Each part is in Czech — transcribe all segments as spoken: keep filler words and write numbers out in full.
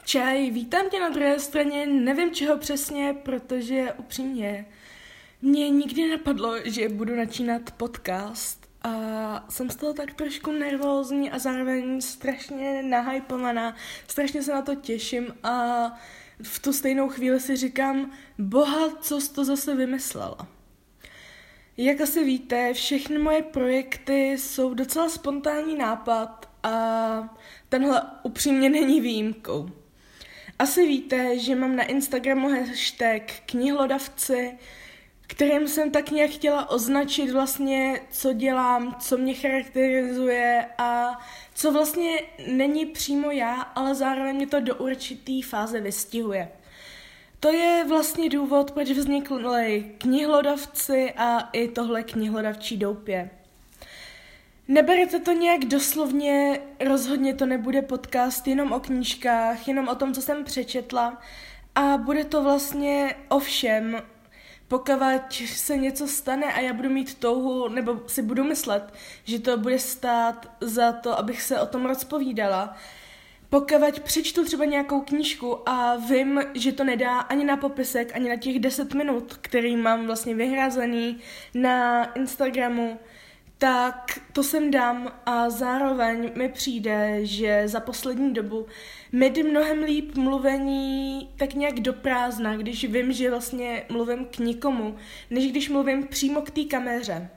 Čaj, vítám tě na druhé straně, nevím čeho přesně, protože upřímně mě nikdy napadlo, že budu načínat podcast a jsem z toho tak trošku nervózní a zároveň strašně nahypovaná, strašně se na to těším a v tu stejnou chvíli si říkám, boha, co jsi to zase vymyslela. Jak asi víte, všechny moje projekty jsou docela spontánní nápad a tenhle upřímně není výjimkou. Asi víte, že mám na Instagramu hashtag knihlodavci, kterým jsem tak nějak chtěla označit vlastně, co dělám, co mě charakterizuje a co vlastně není přímo já, ale zároveň mě to do určitý fáze vystihuje. To je vlastně důvod, proč vznikly knihlodavci a i tohle knihlodavčí doupě. Neberete to nějak doslovně, rozhodně to nebude podcast jenom o knížkách, jenom o tom, co jsem přečetla a bude to vlastně o všem, pokud se něco stane a já budu mít touhu, nebo si budu myslet, že to bude stát za to, abych se o tom rozpovídala. Pokud přečtu třeba nějakou knížku a vím, že to nedá ani na popisek, ani na těch deset minut, který mám vlastně vyhrazený na Instagramu, tak to sem dám a zároveň mi přijde, že za poslední dobu mi jde mnohem líp mluvení tak nějak do prázdna, když vím, že vlastně mluvím k nikomu, než když mluvím přímo k té kameře.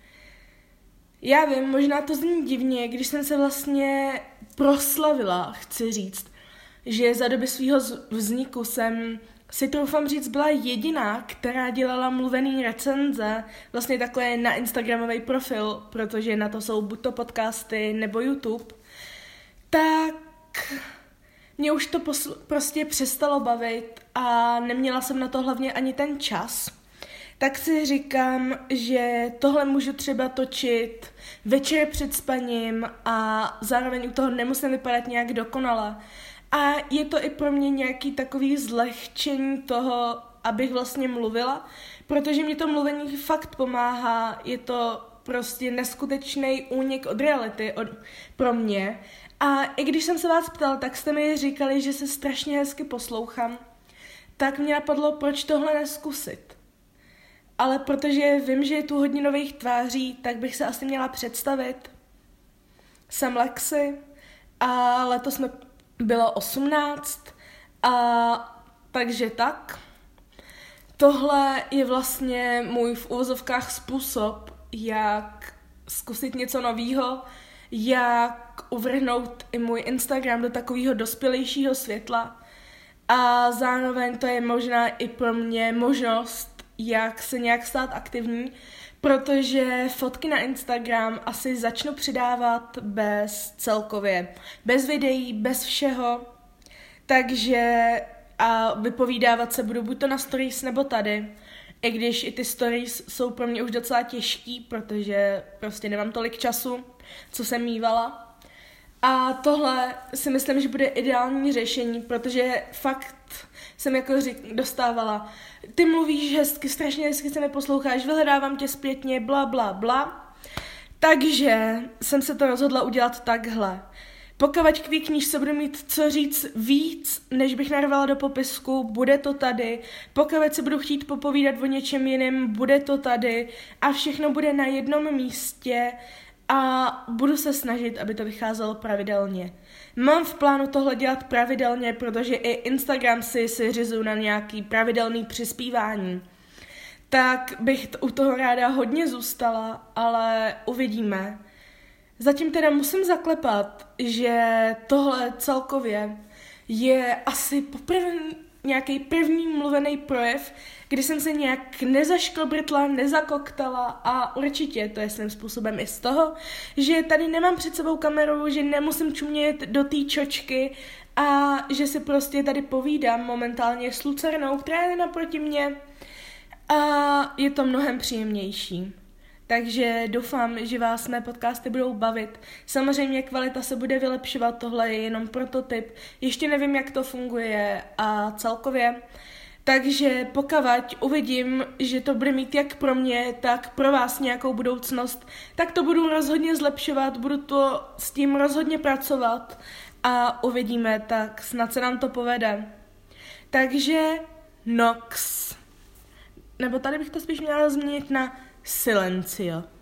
Já vím, možná to zní divně, když jsem se vlastně proslavila, chci říct, že za doby svého vzniku jsem si troufám říct, byla jediná, která dělala mluvený recenze, vlastně takhle na Instagramový profil, protože na to jsou buď to podcasty nebo YouTube, tak mě už to posl- prostě přestalo bavit a neměla jsem na to hlavně ani ten čas. Tak si říkám, že tohle můžu třeba točit večer před spaním a zároveň u toho nemusím vypadat nějak dokonale. A je to i pro mě nějaký takový zlehčení toho, abych vlastně mluvila, protože mě to mluvení fakt pomáhá, je to prostě neskutečný únik od reality od, pro mě. A i když jsem se vás ptala, tak jste mi říkali, že se strašně hezky poslouchám, tak mě napadlo, proč tohle neskusit. Ale protože vím, že je tu hodně nových tváří, tak bych se asi měla představit. Jsem Lexi a letos jsme bylo osmnáct a takže tak. Tohle je vlastně můj v uvozovkách způsob, jak zkusit něco novýho, jak uvrhnout i můj Instagram do takového dospělejšího světla a zároveň to je možná i pro mě možnost, jak se nějak stát aktivní, protože fotky na Instagram asi začnu přidávat bez celkově, bez videí, bez všeho, takže a vypovídávat se budu buď to na stories nebo tady, i když i ty stories jsou pro mě už docela těžký, protože prostě nemám tolik času, co jsem mívala. A tohle si myslím, že bude ideální řešení, protože fakt jsem jako řík, dostávala, ty mluvíš hezky, strašně hezky se mi posloucháš, vyhledávám tě zpětně, bla, bla, bla. Takže jsem se to rozhodla udělat takhle. Pokud k té knížce budu mít co říct víc, než bych narvala do popisku, bude to tady. Pokud se budu chtít popovídat o něčem jiném, bude to tady. A všechno bude na jednom místě a budu se snažit, aby to vycházelo pravidelně. Mám v plánu tohle dělat pravidelně, protože i Instagram si si řizuju na nějaký pravidelný přispívání. Tak bych t- u toho ráda hodně zůstala, ale uvidíme. Zatím teda musím zaklepat, že tohle celkově je asi poprvé nějaký první mluvený projev, kdy jsem se nějak nezaškobrtla, nezakoktala a určitě to je svým způsobem i z toho, že tady nemám před sebou kameru, že nemusím čumět do té čočky a že si prostě tady povídám momentálně s Lucernou, která je naproti mě a je to mnohem příjemnější. Takže doufám, že vás mé podcasty budou bavit. Samozřejmě kvalita se bude vylepšovat, tohle je jenom prototyp. Ještě nevím, jak to funguje a celkově. Takže pokud uvidím, že to bude mít jak pro mě, tak pro vás nějakou budoucnost, tak to budu rozhodně zlepšovat, budu to s tím rozhodně pracovat a uvidíme, tak snad se nám to povede. Takže Nox. Nebo tady bych to spíš měla změnit na Silencio.